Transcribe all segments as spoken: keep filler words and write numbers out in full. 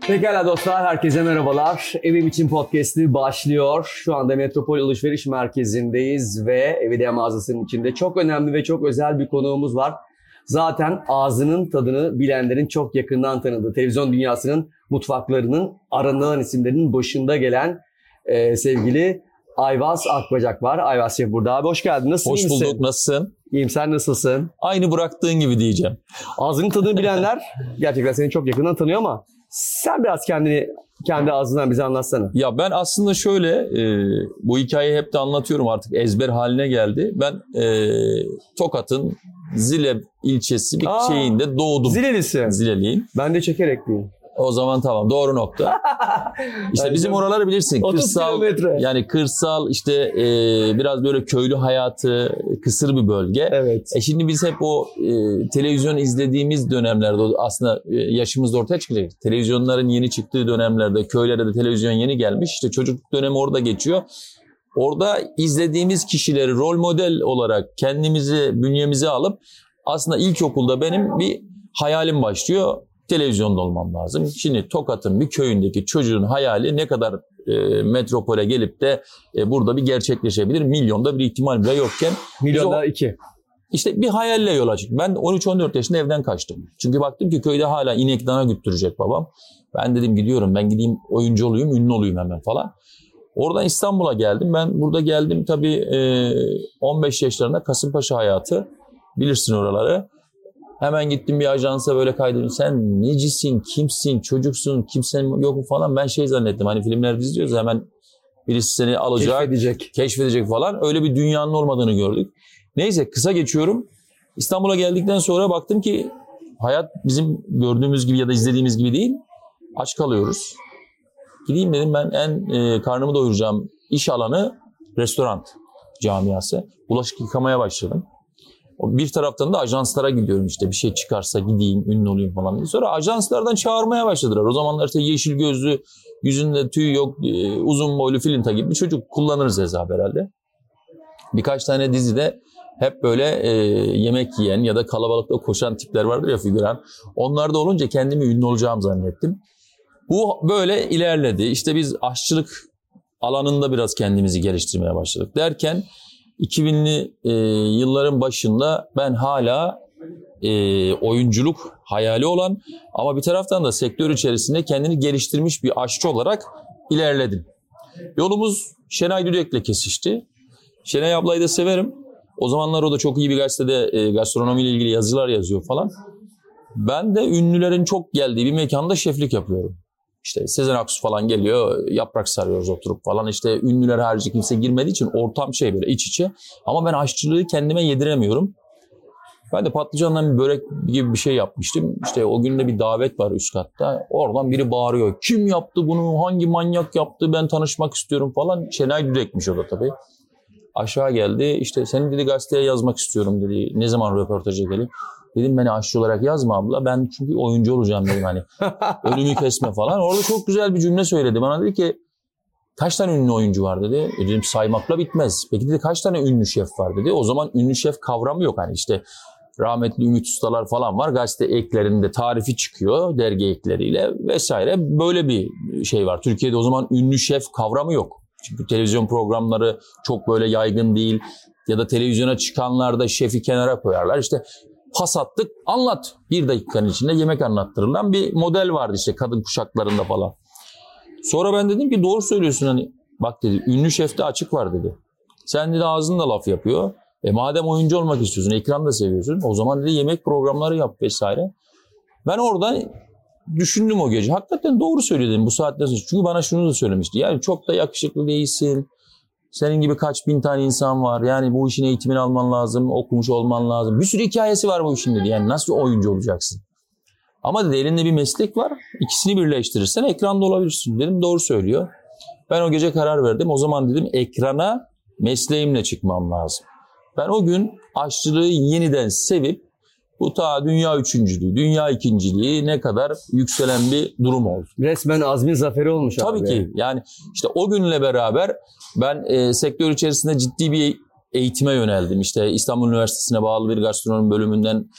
Pekala dostlar, herkese merhabalar. Evim için podcast'i başlıyor. Şu anda Metropol Alışveriş Merkezi'ndeyiz ve Evidia mağazasının içinde çok önemli ve çok özel bir konuğumuz var. Zaten ağzının tadını bilenlerin çok yakından tanıdığı, televizyon dünyasının mutfaklarının aranılan isimlerinin başında gelen e, sevgili Ayvaz Akbacak var. Ayvaz Şef burada. Abi hoş geldin. Nasılsın? Hoş bulduk. Nasılsın? İyiyim. Sen nasılsın? Aynı bıraktığın gibi diyeceğim. Ağzının tadını bilenler gerçekten seni çok yakından tanıyor ama sen biraz kendini kendi ağzından bize anlatsana. Ya ben aslında şöyle e, bu hikayeyi hep de anlatıyorum, artık ezber haline geldi. Ben e, Tokat'ın Zile ilçesi bir Aa, şeyinde doğdum. Zilelisin. Zileliyim. Ben de Çekerekliyim. O zaman tamam, doğru nokta. İşte bizim oraları bilirsin. Kırsal, yani kırsal işte e, biraz böyle köylü hayatı, kısır bir bölge. Evet. E şimdi biz hep o e, televizyon izlediğimiz dönemlerde aslında e, yaşımız ortaya çıkacak. Televizyonların yeni çıktığı dönemlerde köylere de televizyon yeni gelmiş. İşte çocukluk dönemi orada geçiyor. Orada izlediğimiz kişileri rol model olarak kendimizi bünyemize alıp aslında ilkokulda benim bir hayalim başlıyor. Televizyonda olmam lazım. Şimdi Tokat'ın bir köyündeki çocuğun hayali ne kadar e, metropole gelip de e, burada bir gerçekleşebilir? Milyonda bir ihtimal bile yokken. Milyonda iki. İşte bir hayalle yola çıktım. Ben on üç on dört yaşında evden kaçtım. Çünkü baktım ki köyde hala inek dana güttürecek babam. Ben dedim gidiyorum, ben gideyim oyuncu olayım, ünlü olayım hemen falan. Oradan İstanbul'a geldim. Ben burada geldim tabii e, on beş yaşlarında Kasımpaşa hayatı. Bilirsin oraları. Hemen gittim bir ajansa, böyle kaydedim. Sen necisin, kimsin, çocuksun, kimsen yok mu falan. Ben şey zannettim, hani filmlerde izliyoruz, hemen birisi seni alacak, keşfedecek. keşfedecek falan. Öyle bir dünyanın olmadığını gördük. Neyse, kısa geçiyorum. İstanbul'a geldikten sonra baktım ki hayat bizim gördüğümüz gibi ya da izlediğimiz gibi değil. Aç kalıyoruz. Gideyim dedim, ben en e, karnımı doyuracağım iş alanı restoran camiası. Bulaşık yıkamaya başladım. Bir taraftan da ajanslara gidiyorum, işte bir şey çıkarsa gideyim, ünlü olayım falan diye. Sonra ajanslardan çağırmaya başladılar. O zamanlar işte yeşil gözlü, yüzünde tüy yok, uzun boylu filinta gibi bir çocuk, kullanırız hesap herhalde. Birkaç tane dizide hep böyle e, yemek yiyen ya da kalabalıkta koşan tipler vardır ya, figüran. Onlar da olunca kendimi ünlü olacağım zannettim. Bu böyle ilerledi. İşte biz aşçılık alanında biraz kendimizi geliştirmeye başladık derken iki binli e, yılların başında ben hala e, oyunculuk hayali olan ama bir taraftan da sektör içerisinde kendini geliştirmiş bir aşçı olarak ilerledim. Yolumuz Şenay Düdek'le kesişti. Şenay ablayı da severim. O zamanlar o da çok iyi bir gazetede e, gastronomiyle ilgili yazılar yazıyor falan. Ben de ünlülerin çok geldiği bir mekanda şeflik yapıyorum. İşte Sezen Aksu falan geliyor, yaprak sarıyoruz oturup falan. İşte ünlüler harici kimse girmediği için ortam şey böyle iç içe. Ama ben aşçılığı kendime yediremiyorum. Ben de patlıcandan bir börek gibi bir şey yapmıştım. İşte o gün de bir davet var üst katta. Oradan biri bağırıyor. Kim yaptı bunu? Hangi manyak yaptı? Ben tanışmak istiyorum falan. Şenay Düdek'miş o da tabii. Aşağı geldi. İşte seni dedi gazeteye yazmak istiyorum dedi. Ne zaman röportaja geleyim? Dedim beni aşçı olarak yazma abla. Ben çünkü oyuncu olacağım dedim hani. Ölümü kesme falan. Orada çok güzel bir cümle söyledi. Bana dedi ki kaç tane ünlü oyuncu var dedi. E dedim saymakla bitmez. Peki dedi kaç tane ünlü şef var dedi. O zaman ünlü şef kavramı yok. Hani işte rahmetli Ümit Ustalar falan var. Gazete eklerinde tarifi çıkıyor. Dergi ekleriyle vesaire. Böyle bir şey var. Türkiye'de o zaman ünlü şef kavramı yok. Çünkü televizyon programları çok böyle yaygın değil. Ya da televizyona çıkanlar da şefi kenara koyarlar. İşte pas attık, anlat. Bir dakikanın içinde yemek anlattırılan bir model vardı işte kadın kuşaklarında falan. Sonra ben dedim ki doğru söylüyorsun, hani bak dedi ünlü şefte açık var dedi. Sen dedi ağzında laf yapıyor. E madem oyuncu olmak istiyorsun, ekran da seviyorsun, o zaman dedi yemek programları yap vesaire. Ben oradan düşündüm o gece. Hakikaten doğru söyledim bu saatten sonra. Çünkü bana şunu da söylemişti. Yani çok da yakışıklı değilsin. Senin gibi kaç bin tane insan var. Yani bu işin eğitimini alman lazım. Okumuş olman lazım. Bir sürü hikayesi var bu işin dedi. Yani nasıl oyuncu olacaksın? Ama dedi elinde bir meslek var. İkisini birleştirirsen ekranda olabilirsin. Dedim doğru söylüyor. Ben o gece karar verdim. O zaman dedim ekrana mesleğimle çıkmam lazım. Ben o gün aşçılığı yeniden sevip bu ta dünya üçüncülüğü, dünya ikinciliği ne kadar yükselen bir durum oldu. Resmen azmin zaferi olmuş Tabii abi. Tabii ki. Yani işte o günle beraber ben e, sektör içerisinde ciddi bir eğitime yöneldim. İşte İstanbul Üniversitesi'ne bağlı bir gastronomi bölümünden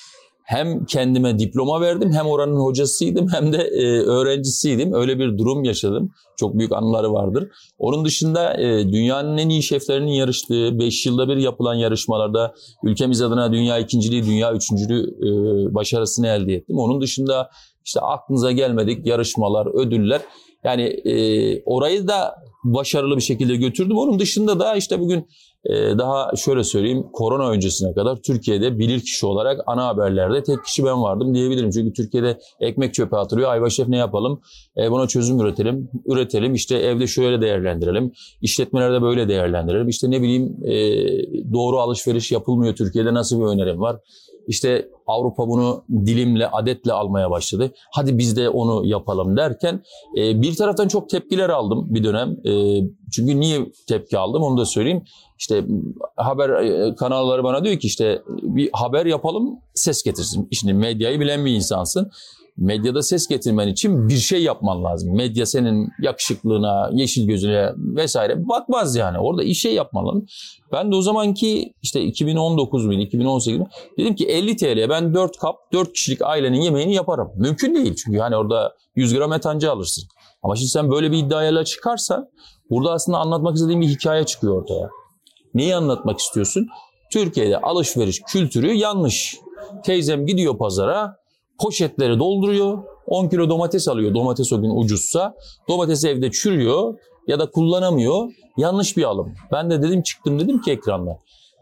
hem kendime diploma verdim, hem oranın hocasıydım, hem de e, öğrencisiydim. Öyle bir durum yaşadım. Çok büyük anıları vardır. Onun dışında e, dünyanın en iyi şeflerinin yarıştığı, beş yılda bir yapılan yarışmalarda ülkemiz adına dünya ikinciliği, dünya üçüncülüğü e, başarısını elde ettim. Onun dışında işte aklınıza gelmedik yarışmalar, ödüller. Yani e, orayı da başarılı bir şekilde götürdüm. Onun dışında da işte bugün e, daha şöyle söyleyeyim, korona öncesine kadar Türkiye'de bilirkişi olarak ana haberlerde tek kişi ben vardım diyebilirim. Çünkü Türkiye'de ekmek çöpe atılıyor. Ayva Şef ne yapalım? E, buna çözüm üretelim. Üretelim. İşte evde şöyle değerlendirelim. İşletmelerde böyle değerlendirelim. İşte ne bileyim e, doğru alışveriş yapılmıyor Türkiye'de. Nasıl bir önerim var? İşte Avrupa bunu dilimle, adetle almaya başladı. Hadi biz de onu yapalım derken e, bir taraftan çok tepkiler aldım bir dönem. E, çünkü niye tepki aldım onu da söyleyeyim. İşte haber e, kanalları bana diyor ki işte bir haber yapalım, ses getirsin. Şimdi medyayı bilen bir insansın. Medyada ses getirmen için bir şey yapman lazım. Medya senin yakışıklığına, yeşil gözüne vesaire bakmaz yani. Orada iş şey yapman lazım. Ben de o zamanki işte iki bin on dokuz muydu, iki bin on sekiz miydi? Dedim ki elli TL'ye ben dört kap, dört kişilik ailenin yemeğini yaparım. Mümkün değil çünkü hani orada yüz gram etancı alırsın. Ama şimdi sen böyle bir iddiayla çıkarsan burada aslında anlatmak istediğin bir hikaye çıkıyor ortaya. Neyi anlatmak istiyorsun? Türkiye'de alışveriş kültürü yanlış. Teyzem gidiyor pazara, poşetleri dolduruyor, on kilo domates alıyor, domates o gün ucuzsa. Domates evde çürüyor ya da kullanamıyor. Yanlış bir alım. Ben de dedim çıktım dedim ki ekranda.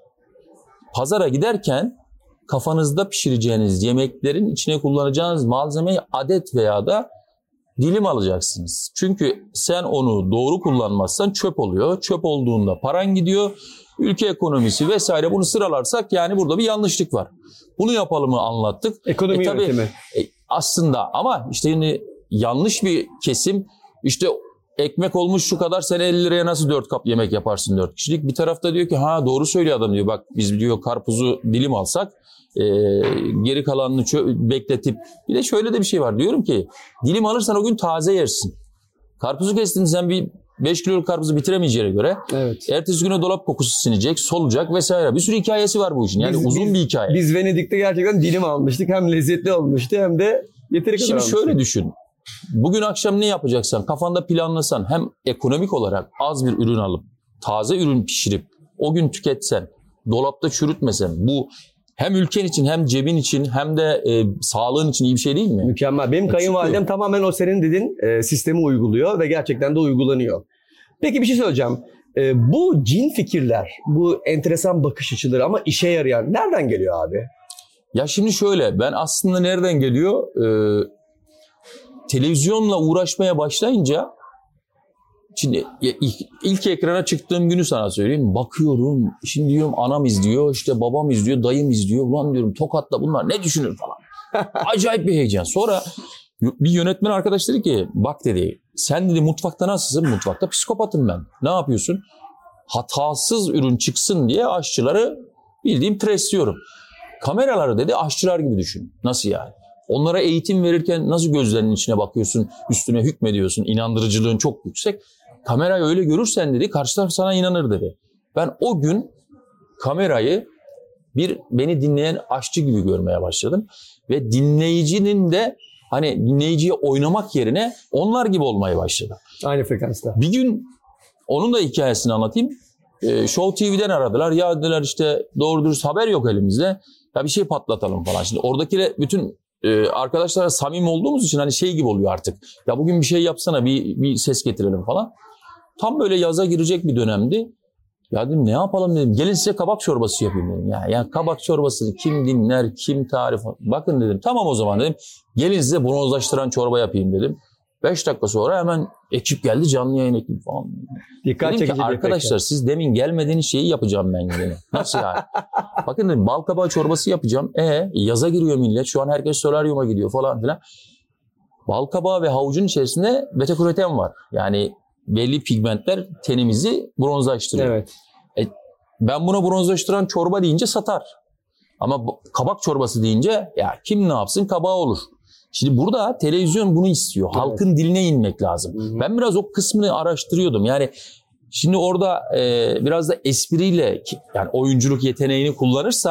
Pazara giderken kafanızda pişireceğiniz yemeklerin içine kullanacağınız malzemeyi adet veya da dilim alacaksınız. Çünkü sen onu doğru kullanmazsan çöp oluyor. Çöp olduğunda paran gidiyor. Ülke ekonomisi vesaire bunu sıralarsak yani burada bir yanlışlık var. Bunu yapalımı anlattık. Ekonomi e, tabii, yönetimi. E, aslında ama işte yani yanlış bir kesim işte ekmek olmuş şu kadar sen elli liraya nasıl dört kap yemek yaparsın dört kişilik. Bir tarafta diyor ki ha doğru söylüyor adam diyor bak biz diyor karpuzu dilim alsak e, geri kalanını çö- bekletip bir de şöyle de bir şey var diyorum ki dilim alırsan o gün taze yersin. Karpuzu kestin sen bir beş kiloluk karpuzu bitiremeyeceğine göre evet. Ertesi güne dolap kokusu sinecek, solacak vesaire. Bir sürü hikayesi var bu işin. Yani biz, uzun biz, bir hikaye. Biz Venedik'te gerçekten dilim almıştık. Hem lezzetli olmuştu hem de yeteri kadar Şimdi almıştık. şöyle düşün. Bugün akşam ne yapacaksan, kafanda planlasan hem ekonomik olarak az bir ürün alıp, taze ürün pişirip o gün tüketsen, dolapta çürütmesen bu hem ülken için hem cebin için hem de e, sağlığın için iyi bir şey değil mi? Mükemmel. Benim E, kayınvalidem çünkü... tamamen o senin dediğin e, sistemi uyguluyor ve gerçekten de uygulanıyor. Peki bir şey söyleyeceğim. E, bu cin fikirler, bu enteresan bakış açıları ama işe yarayan nereden geliyor abi? Ya şimdi şöyle ben aslında nereden geliyor? Ee, televizyonla uğraşmaya başlayınca şimdi ilk, ilk ekrana çıktığım günü sana söyleyeyim. Bakıyorum şimdi diyorum anam izliyor işte babam izliyor dayım izliyor. Ulan diyorum Tokat'ta bunlar ne düşünür falan. Acayip bir heyecan. Sonra bir yönetmen arkadaş dedi ki bak dedi sen dedi mutfakta nasılsın? Mutfakta psikopatım ben. Ne yapıyorsun? Hatasız ürün çıksın diye aşçıları bildiğim presliyorum. Kameraları dedi aşçılar gibi düşün. Nasıl yani? Onlara eğitim verirken nasıl gözlerinin içine bakıyorsun, üstüne hükmediyorsun, inandırıcılığın çok yüksek. Kamerayı öyle görürsen dedi karşı taraf sana inanır dedi. Ben o gün kamerayı bir beni dinleyen aşçı gibi görmeye başladım. Ve dinleyicinin de hani dinleyiciye oynamak yerine onlar gibi olmaya başladı. Aynı frekansta. Bir gün onun da hikayesini anlatayım. E, Show T V'den aradılar. Ya dediler işte doğru dürüst haber yok elimizde. Ya bir şey patlatalım falan. Şimdi oradaki bütün e, arkadaşlara samimi olduğumuz için hani şey gibi oluyor artık. Ya bugün bir şey yapsana bir, bir ses getirelim falan. Tam böyle yaza girecek bir dönemdi. Ya dedim ne yapalım dedim. Gelin size kabak çorbası yapayım dedim. Ya, ya kabak çorbasını kim dinler, kim tarif... Bakın dedim tamam o zaman dedim. Gelin size bronzlaştıran çorba yapayım dedim. Beş dakika sonra hemen ekip geldi canlı yayın ekibi falan. Dikkat dedim çekici ki arkadaşlar siz demin gelmediğiniz şeyi yapacağım ben dedim. Nasıl yani? Bakın dedim bal kabağı çorbası yapacağım. E yaza giriyor millet. Şu an herkes solaryuma gidiyor falan filan. Bal kabağı ve havucun içerisinde beta-karoten var. Yani belli pigmentler tenimizi bronzlaştırıyor. Evet. E, ben buna bronzlaştıran çorba deyince satar. Ama kabak çorbası deyince ya kim ne yapsın kabağı olur. Şimdi burada televizyon bunu istiyor. Evet. Halkın diline inmek lazım. Hı hı. Ben biraz o kısmını araştırıyordum. Yani şimdi orada e, biraz da espriyle yani oyunculuk yeteneğini kullanırsan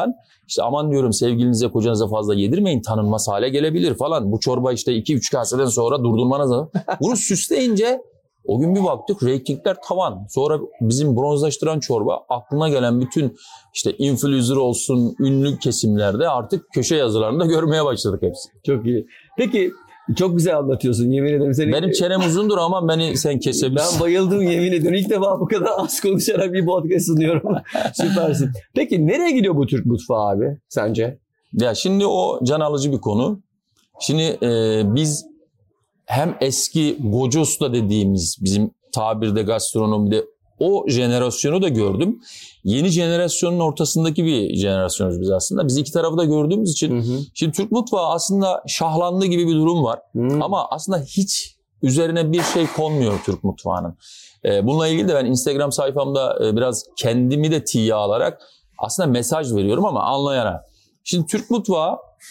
İşte aman diyorum sevgilinize kocanıza fazla yedirmeyin, tanınmaz hale gelebilir falan. Bu çorba işte iki üç kaseden sonra durdurmanız lazım. Bunu süsleyince o gün bir baktık reytingler tavan. Sonra bizim bronzlaştıran çorba aklına gelen bütün işte influencer olsun ünlü kesimlerde artık köşe yazılarında görmeye başladık hepsi. Çok iyi. Peki çok güzel anlatıyorsun yemin ederim. Seni... Benim çenem uzundur ama beni sen kesebilirsin. Ben bayıldım yemin ediyorum. İlk defa bu kadar az konuşarak bir podcast sunuyorum. Süpersin. Peki nereye gidiyor bu Türk mutfağı abi sence? Ya şimdi o can alıcı bir konu. Şimdi e, biz hem eski Goca Usta dediğimiz bizim tabirde gastronomide o jenerasyonu da gördüm. Yeni jenerasyonun ortasındaki bir jenerasyonuz biz aslında. Biz iki tarafı da gördüğümüz için. Hı hı. Şimdi Türk mutfağı aslında şahlandı gibi bir durum var. Hı. Ama aslında hiç üzerine bir şey konmuyor Türk mutfağının. Ee, bununla ilgili de ben Instagram sayfamda e, biraz kendimi de tiye alarak aslında mesaj veriyorum ama anlayana. Şimdi Türk mutfağı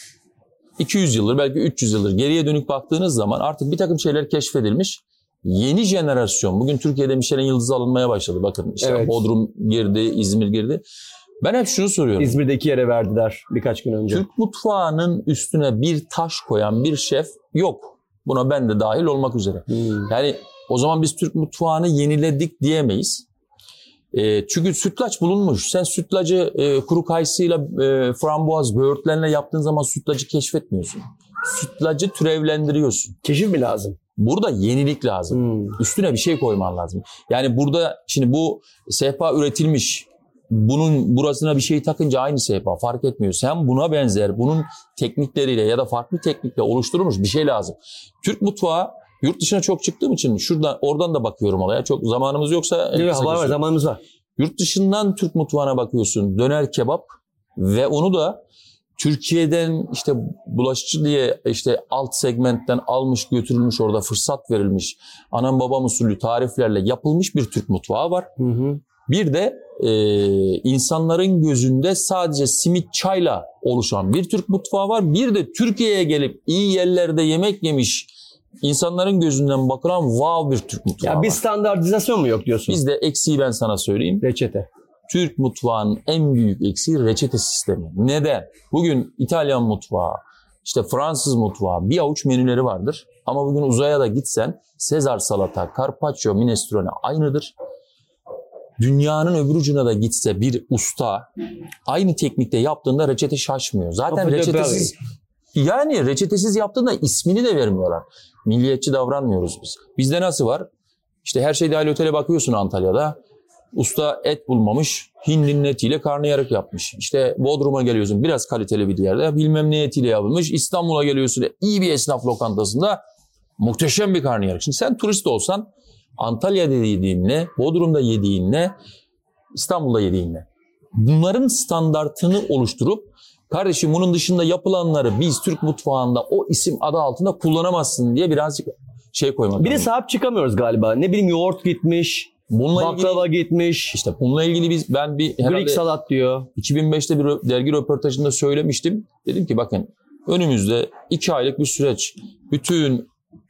iki yüz yıldır belki üç yüz yıldır geriye dönük baktığınız zaman artık bir takım şeyler keşfedilmiş. Yeni jenerasyon bugün Türkiye'de Michelin yıldızı alınmaya başladı. Bakın işte evet. Bodrum girdi, İzmir girdi. Ben hep şunu soruyorum. İzmir'de iki yere verdiler birkaç gün önce. Türk mutfağının üstüne bir taş koyan bir şef yok. Buna ben de dahil olmak üzere. Hmm. Yani o zaman biz Türk mutfağını yeniledik diyemeyiz. E, çünkü sütlaç bulunmuş. Sen sütlacı e, kuru kayısıyla, e, frambuaz, böğürtlenle yaptığın zaman sütlacı keşfetmiyorsun. Sütlacı türevlendiriyorsun. Keşif mi lazım? Burada yenilik lazım. Hmm. Üstüne bir şey koyman lazım. Yani burada şimdi bu sehpa üretilmiş. Bunun burasına bir şey takınca aynı sehpa fark etmiyor. Sen buna benzer, bunun teknikleriyle ya da farklı teknikle oluşturulmuş bir şey lazım. Türk mutfağı yurt dışına çok çıktığım için şuradan oradan da bakıyorum olaya. Çok zamanımız yoksa. Evet, var var zamanımız var. Yurt dışından Türk mutfağına bakıyorsun. Döner kebap ve onu da Türkiye'den işte bulaşıcı diye işte alt segmentten almış götürülmüş orada fırsat verilmiş anam babam usulü tariflerle yapılmış bir Türk mutfağı var. Hı hı. Bir de e, insanların gözünde sadece simit çayla oluşan bir Türk mutfağı var. Bir de Türkiye'ye gelip iyi yerlerde yemek yemiş insanların gözünden bakılan wow bir Türk mutfağı ya var. Bir standartizasyon mu yok diyorsun? Bizde eksiği ben sana söyleyeyim. Reçete. Türk mutfağının en büyük eksiği reçete sistemi. Neden? Bugün İtalyan mutfağı, işte Fransız mutfağı bir avuç menüleri vardır. Ama bugün uzaya da gitsen Sezar salata, Carpaccio, minestrone aynıdır. Dünyanın öbür ucuna da gitse bir usta aynı teknikte yaptığında reçete şaşmıyor. Zaten reçetesiz yani reçetesiz yaptığında ismini de vermiyorlar. Milliyetçi davranmıyoruz biz. Bizde nasıl var? İşte her şey dahil otele bakıyorsun Antalya'da. Usta et bulmamış, hindinin etiyle karnıyarık yapmış. İşte Bodrum'a geliyorsun biraz kaliteli bir yerde bilmem ne etiyle yapılmış. İstanbul'a geliyorsun iyi bir esnaf lokantasında muhteşem bir karnıyarık. Şimdi sen turist olsan Antalya'da yediğinle, Bodrum'da yediğinle, İstanbul'da yediğinle. Bunların standartını oluşturup kardeşim bunun dışında yapılanları biz Türk mutfağında o isim adı altında kullanamazsın diye birazcık şey koymak. Bir de sahip çıkamıyoruz galiba. Ne bileyim yoğurt gitmiş. Bununla baklava ilgili, gitmiş. İşte bununla ilgili biz ben bir herhalde Greek salat diyor. iki bin beşte bir dergi röportajında söylemiştim. Dedim ki bakın önümüzde iki aylık bir süreç. Bütün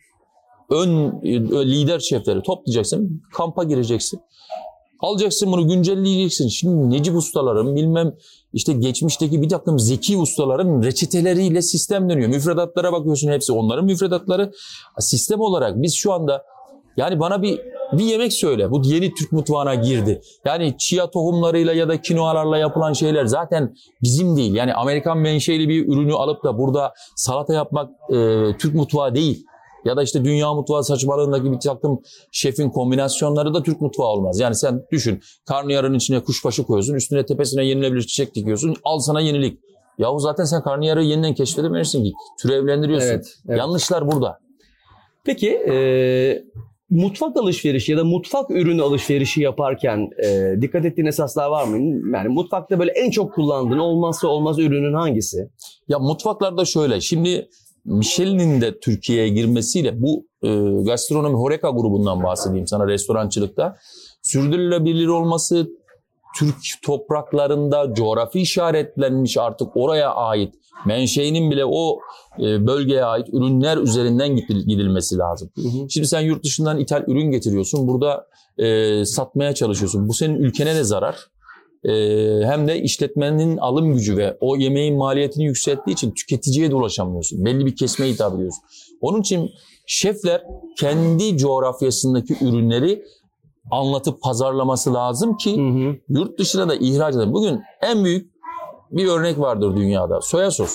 ön lider şefleri toplayacaksın. Kampa gireceksin. Alacaksın bunu güncelleyeceksin. Şimdi Necip ustaların bilmem işte geçmişteki bir takım zeki ustaların reçeteleriyle sistem dönüyor. Müfredatlara bakıyorsun hepsi onların müfredatları. Sistem olarak biz şu anda yani bana bir bir yemek söyle. Bu yeni Türk mutfağına girdi. Yani chia tohumlarıyla ya da kinoalarla yapılan şeyler zaten bizim değil. Yani Amerikan menşeli bir ürünü alıp da burada salata yapmak e, Türk mutfağı değil. Ya da işte dünya mutfağı saçmalığındaki bir takım şefin kombinasyonları da Türk mutfağı olmaz. Yani sen düşün karnıyarın içine kuşbaşı koyuyorsun. Üstüne tepesine yenilebilir çiçek dikiyorsun. Al sana yenilik. Yahu zaten sen karnıyarı yeniden keşfedemezsin ki. Türevlendiriyorsun. Evet, evet. Yanlışlar burada. Peki e, mutfak alışverişi ya da mutfak ürünü alışverişi yaparken e, dikkat ettiğin esaslar var mı? Yani mutfakta böyle en çok kullandığın olmazsa olmaz ürünün hangisi? Ya mutfaklarda şöyle. Şimdi Michelin'in de Türkiye'ye girmesiyle bu e, gastronomi Horeca grubundan bahsedeyim sana restorancılıkta. Sürdürülebilir olması, Türk topraklarında coğrafi işaretlenmiş artık oraya ait, menşeinin bile o e, bölgeye ait ürünler üzerinden gidilmesi lazım. Hı hı. Şimdi sen yurt dışından ithal ürün getiriyorsun, burada e, satmaya çalışıyorsun. Bu senin ülkene de zarar. e, hem de işletmenin alım gücü ve o yemeğin maliyetini yükselttiği için tüketiciye de ulaşamıyorsun. Belli bir kesmeye hitap ediyorsun. Onun için şefler kendi coğrafyasındaki ürünleri anlatıp pazarlaması lazım ki hı hı. yurt dışına da ihraç eder. Bugün en büyük bir örnek vardır dünyada. Soya sos.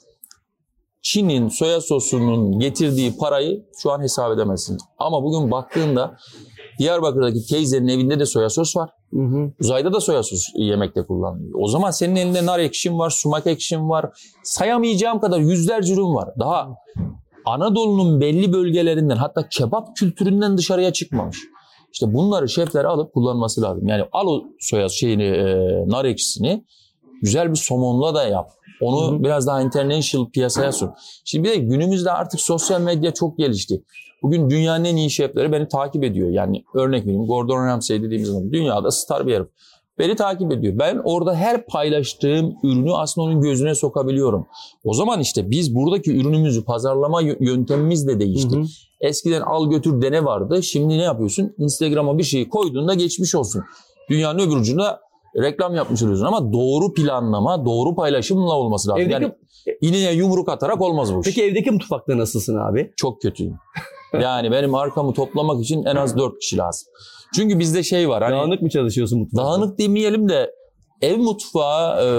Çin'in soya sosunun getirdiği parayı şu an hesap edemezsin. Ama bugün baktığında Diyarbakır'daki teyzenin evinde de soya sos var. Hı hı. Uzayda da soya sos yemekte kullanılıyor. O zaman senin elinde nar ekşin var, sumak ekşin var. Sayamayacağım kadar yüzlerce ürün var. Daha Anadolu'nun belli bölgelerinden, hatta kebap kültüründen dışarıya çıkmamış. İşte bunları şefler alıp kullanması lazım. Yani al o soya şeyini, e, nar ekşisini güzel bir somonla da yap. Onu hı hı. biraz daha international piyasaya sun. Şimdi bir de günümüzde artık sosyal medya çok gelişti. Bugün dünyanın en iyi şefleri beni takip ediyor. Yani örnek vereyim, Gordon Ramsay dediğimiz zaman dünyada star bir herif. Beni takip ediyor. Ben orada her paylaştığım ürünü aslında onun gözüne sokabiliyorum. O zaman işte biz buradaki ürünümüzü pazarlama yöntemimiz de değişti. Hı hı. Eskiden al götür dene vardı. Şimdi ne yapıyorsun? Instagram'a bir şeyi koyduğunda geçmiş olsun. Dünyanın öbür ucunda reklam yapmış oluyorsun ama doğru planlama, doğru paylaşımla olması lazım. Evdeki... Yani iğneye yumruk atarak olmaz bu iş. Peki evdeki mutfakta nasılsın abi? Çok kötüyüm. Yani benim arkamı toplamak için en az dört kişi lazım. Çünkü bizde şey var. Hani, dağınık mı çalışıyorsun mutfakta? Dağınık demeyelim de ev mutfağı e,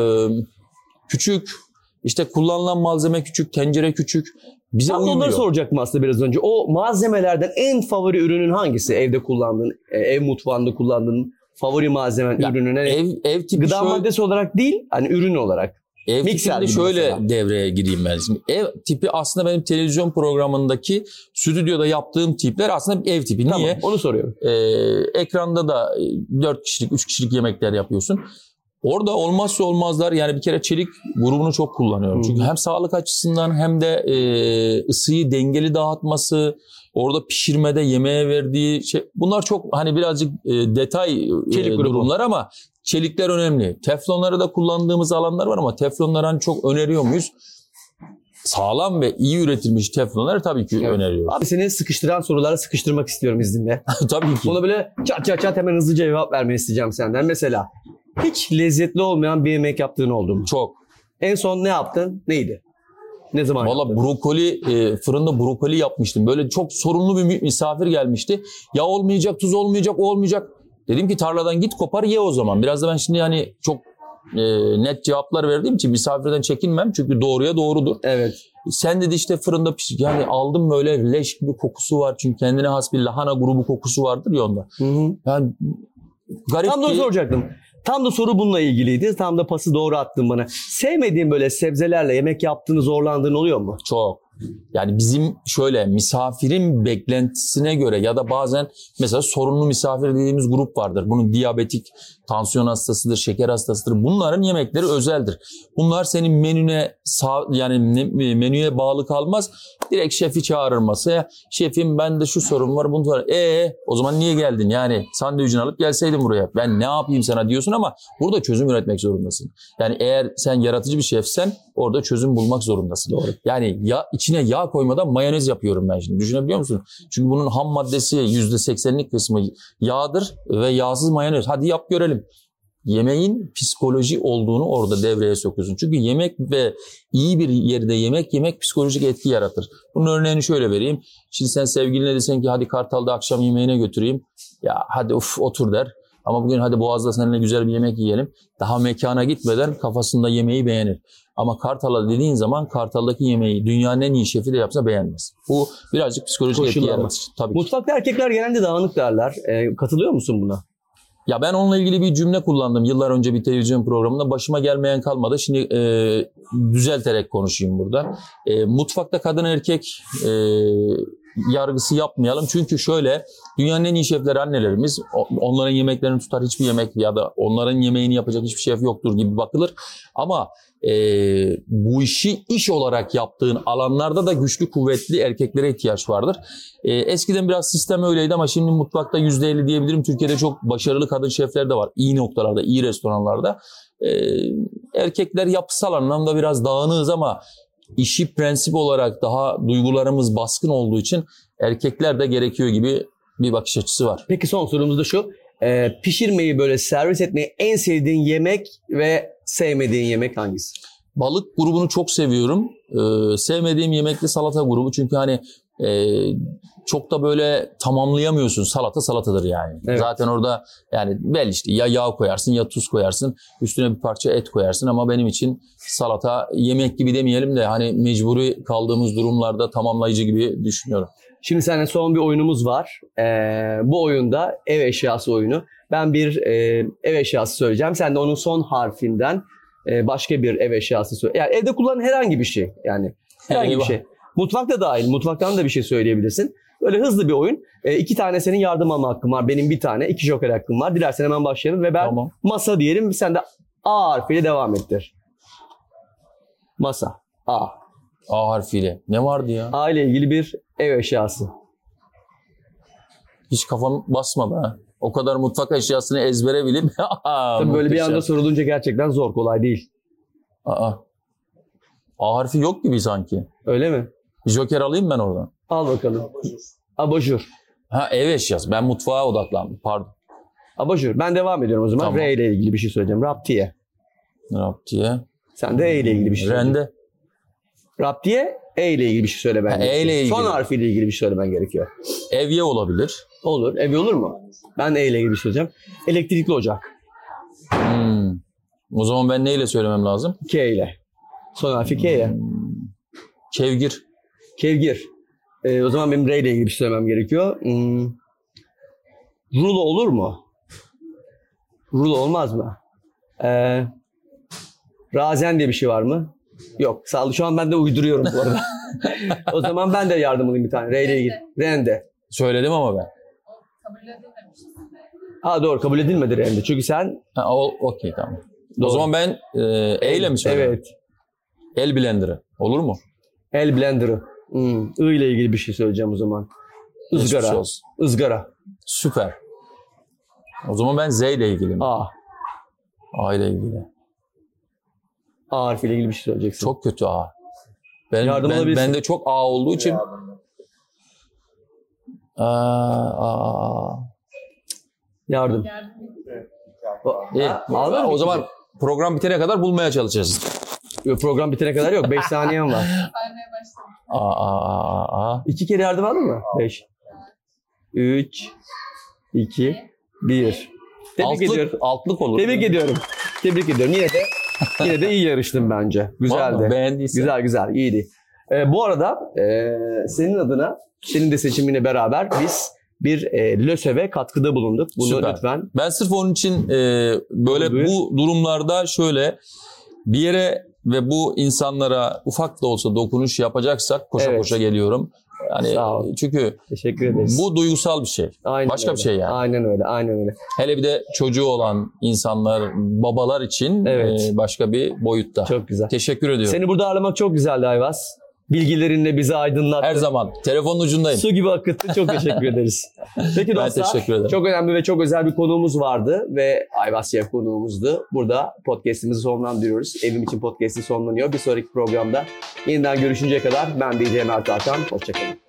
küçük, işte kullanılan malzeme küçük, tencere küçük. Bize Tam uymuyor. onları soracaktım aslında biraz önce. O malzemelerden en favori ürünün hangisi? Evde kullandığın, ev mutfağında kullandığın favori malzemen, ya, ürünün? Ev, ev tipi gıda şöyle, maddesi olarak değil, hani ürün olarak. Ev tipinde şöyle mesela devreye gireyim ben. Şimdi ev tipi aslında benim televizyon programındaki stüdyoda yaptığım tipler aslında ev tipi. Tamam, niye? Onu soruyorum. Ee, ekranda da dört kişilik, üç kişilik yemekler yapıyorsun. Orada olmazsa olmazlar, yani bir kere çelik grubunu çok kullanıyorum. Hmm. Çünkü hem sağlık açısından hem de e, ısıyı dengeli dağıtması, orada pişirmede yemeğe verdiği şey, bunlar çok hani birazcık e, detay e, durumlar ama çelikler önemli. Teflonları da kullandığımız alanlar var ama teflonları hani çok öneriyor muyuz? Sağlam ve iyi üretilmiş teflonları tabii ki evet. öneriyoruz. Abi seni sıkıştıran sorulara sıkıştırmak istiyorum izninle. Tabii ki. Bunu böyle çat çat çat hemen hızlıca cevap vermeni isteyeceğim senden. Mesela hiç lezzetli olmayan bir yemek yaptığın oldu mu? Çok. En son ne yaptın? Neydi? Ne zaman Vallahi yaptın? brokoli, e, fırında brokoli yapmıştım. Böyle çok sorunlu bir misafir gelmişti. Ya olmayacak, tuz olmayacak, o olmayacak. Dedim ki tarladan git kopar ye o zaman. Biraz da ben şimdi yani çok e, net cevaplar verdiğim için misafirden çekinmem. Çünkü doğruya doğrudur. Evet. Sen dedi işte fırında pişir. Yani aldım böyle leş gibi kokusu var. Çünkü kendine has bir lahana grubu kokusu vardır ya onda. Hı hı. Yani garip. Tam da onu soracaktım. Tam da soru bununla ilgiliydi. Tam da pası doğru attın bana. Sevmediğin böyle sebzelerle yemek yaptığını zorlandığın oluyor mu? Çok. Yani bizim şöyle misafirin beklentisine göre ya da bazen mesela sorunlu misafir dediğimiz grup vardır. Bunun diyabetik, tansiyon hastasıdır, şeker hastasıdır. Bunların yemekleri özeldir. Bunlar senin menüne sağ, yani menüye bağlı kalmaz. Direkt şefi çağırır masaya. Şefim bende şu sorun var, bunu var. Eee o zaman niye geldin? Yani sandviçini alıp gelseydin buraya. Ben ne yapayım sana diyorsun ama burada çözüm üretmek zorundasın. Yani eğer sen yaratıcı bir şefsen orada çözüm bulmak zorundasın. Doğru. Yani ya içine yağ koymadan mayonez yapıyorum ben şimdi. Düşünebiliyor musun? Çünkü bunun ham maddesi yüzde seksenlik kısmı yağdır ve yağsız mayonez. Hadi yap görelim. Yemeğin psikoloji olduğunu orada devreye sokuyorsun. Çünkü yemek ve iyi bir yerde yemek yemek psikolojik etki yaratır. Bunun örneğini şöyle vereyim. Şimdi sen sevgiline desen ki hadi Kartal'da akşam yemeğine götüreyim. Ya hadi uf otur der. Ama bugün hadi Boğaz'da seninle güzel bir yemek yiyelim. Daha mekana gitmeden kafasında yemeği beğenir. Ama Kartal'a dediğin zaman Kartal'daki yemeği dünyanın en iyi şefi de yapsa beğenmez. Bu birazcık psikolojik etki yaratır. Tabii Mutfakta ki. Erkekler genelde dağınık derler. E, katılıyor musun buna? Ya ben onunla ilgili bir cümle kullandım yıllar önce bir televizyon programında. Başıma gelmeyen kalmadı. Şimdi e, düzelterek konuşayım burada. E, mutfakta kadın erkek e, yargısı yapmayalım. Çünkü şöyle, dünyanın en iyi şefleri annelerimiz. Onların yemeklerini tutar, hiçbir yemek ya da onların yemeğini yapacak hiçbir şef yoktur gibi bakılır. Ama e, bu işi iş olarak yaptığın alanlarda da güçlü kuvvetli erkeklere ihtiyaç vardır. E, eskiden biraz sistem öyleydi ama şimdi mutfakta yüzde elli diyebilirim. Türkiye'de çok başarılı kadın şefler de var. İyi noktalarda, iyi restoranlarda. E, erkekler yapısal anlamda biraz dağınığız ama işi prensip olarak daha duygularımız baskın olduğu için erkekler de gerekiyor gibi bir bakış açısı var. Peki son sorumuz da şu. e, pişirmeyi, böyle servis etmeyi en sevdiğin yemek ve sevmediğin yemek hangisi? Balık grubunu çok seviyorum. Ee, sevmediğim yemek de salata grubu. Çünkü hani e, çok da böyle tamamlayamıyorsun. Salata salatadır yani. Evet. Zaten orada yani belli işte ya yağ koyarsın ya tuz koyarsın. Üstüne bir parça et koyarsın ama benim için salata yemek gibi demeyelim de hani mecburi kaldığımız durumlarda tamamlayıcı gibi düşünüyorum. Şimdi seninle son bir oyunumuz var. Ee, bu oyunda ev eşyası oyunu. Ben bir e, ev eşyası söyleyeceğim. Sen de onun son harfinden e, başka bir ev eşyası söyle. Yani evde kullanılan herhangi bir şey. Yani herhangi Eyvah. bir şey. Mutfak da dahil. Mutfaktan da bir şey söyleyebilirsin. Öyle hızlı bir oyun. E, iki tane senin yardım alma hakkın var. Benim bir tane. iki joker hakkım var. Dilersen hemen başlayalım ve ben Tamam. masa diyelim. Sen de A harfiyle devam ettir. Masa. A. A harfiyle. Ne vardı ya? A ile ilgili bir ev eşyası. Hiç kafam basmadı ha. O kadar mutfak eşyasını ezbere bilip. Tabii böyle bir anda sorulunca gerçekten zor, kolay değil. Aa. A harfi yok gibi sanki. Öyle mi? Joker alayım ben oradan. Al bakalım. Abajur. Ha ev eşyası. Ben mutfağa odaklandım. Pardon. Abajur. Ben devam ediyorum o zaman. Tamam. R ile ilgili bir şey söyleyeceğim. Raptiye. Raptiye. Sen de E ile ilgili bir şey söyle. Rende. Raptiye, E ile ilgili bir şey söylemen Ha, E gerekiyor. ile ilgili. Son harfiyle ilgili bir şey söylemen gerekiyor. Evye olabilir. Olur. Ev olur mu? Ben de E ile ilgili bir şey söyleyeceğim. Elektrikli ocak. Hmm. O zaman ben neyle söylemem lazım? K ile. Son harfi K ya. Kevgir. Kevgir. Ee, o zaman benim R ile ilgili bir şey söylemem gerekiyor. Hmm. Rulo olur mu? Rulo olmaz mı? Ee, Razen diye bir şey var mı? Yok. Sağ ol. Şu an ben de uyduruyorum bu arada. O zaman ben de yardım alayım bir tane. R ile ilgili. Rende. Söyledim ama ben. Kabul edilmemişti. Ha doğru. Kabul edilmedi rende. Çünkü sen... Ha, o, okey tamam. Doğru. O zaman ben e, E ile mi söyleyeyim? Evet. El blenderı. Olur mu? El blenderı. Hmm. I ile ilgili bir şey söyleyeceğim o zaman. Geçmiş Izgara. olsun. Izgara. Süper. O zaman ben Z ile ilgiliyim. A. A ile ilgili. A harfiyle ilgili bir şey söyleyeceksin. Çok kötü A. Ben, Yardım ben, alabilirsin. bende çok A olduğu için. Aa, aa. Yardım. Yardım edin. O, İyi. Ha, aldın mı O zaman ikinci? program bitene kadar bulmaya çalışacağız. Yok, program bitene kadar yok. Beş saniyem var. Saymaya başladım. A, A, A, A, A. İki kere yardım aldın mı? Beş. Üç. iki. Bir. Tebrik Altlık, ediyorum. altlık olur. Tebrik ediyorum. Tebrik ediyorum. Yine de yine de iyi yarıştın bence. Güzeldi. Vallahi beğendiysen. Güzel güzel. iyiydi. Ee, bu arada e, senin adına, senin de seçiminle beraber biz bir e, LÖSEV'e katkıda bulunduk. Bunu Süper. lütfen. Ben sırf onun için e, böyle Buyur. bu durumlarda şöyle bir yere ve bu insanlara ufak da olsa dokunuş yapacaksak koşa Evet. koşa geliyorum. Yani Sağ ol. çünkü Teşekkür ederiz. bu duygusal bir şey. Aynen başka öyle. bir şey yani. Aynen öyle. Aynen öyle. Hele bir de çocuğu olan insanlar, babalar için Evet. e, başka bir boyutta. Çok güzel. Teşekkür ediyorum. Seni burada ağırlamak çok güzeldi Ayvaz. Bilgilerinle bizi aydınlattın. Her zaman telefonun ucundayım. Su gibi akıttı. Çok teşekkür ederiz. Peki Ben dostlar, teşekkür ederim. çok önemli ve çok özel bir konuğumuz vardı ve Ayvaz Şef konuğumuzdu. Burada podcast'imizi sonlandırıyoruz. Evim için podcast'i sonlanıyor. Bir sonraki programda yeniden görüşünceye kadar ben D J Mert Hakan. Hoşçakalın.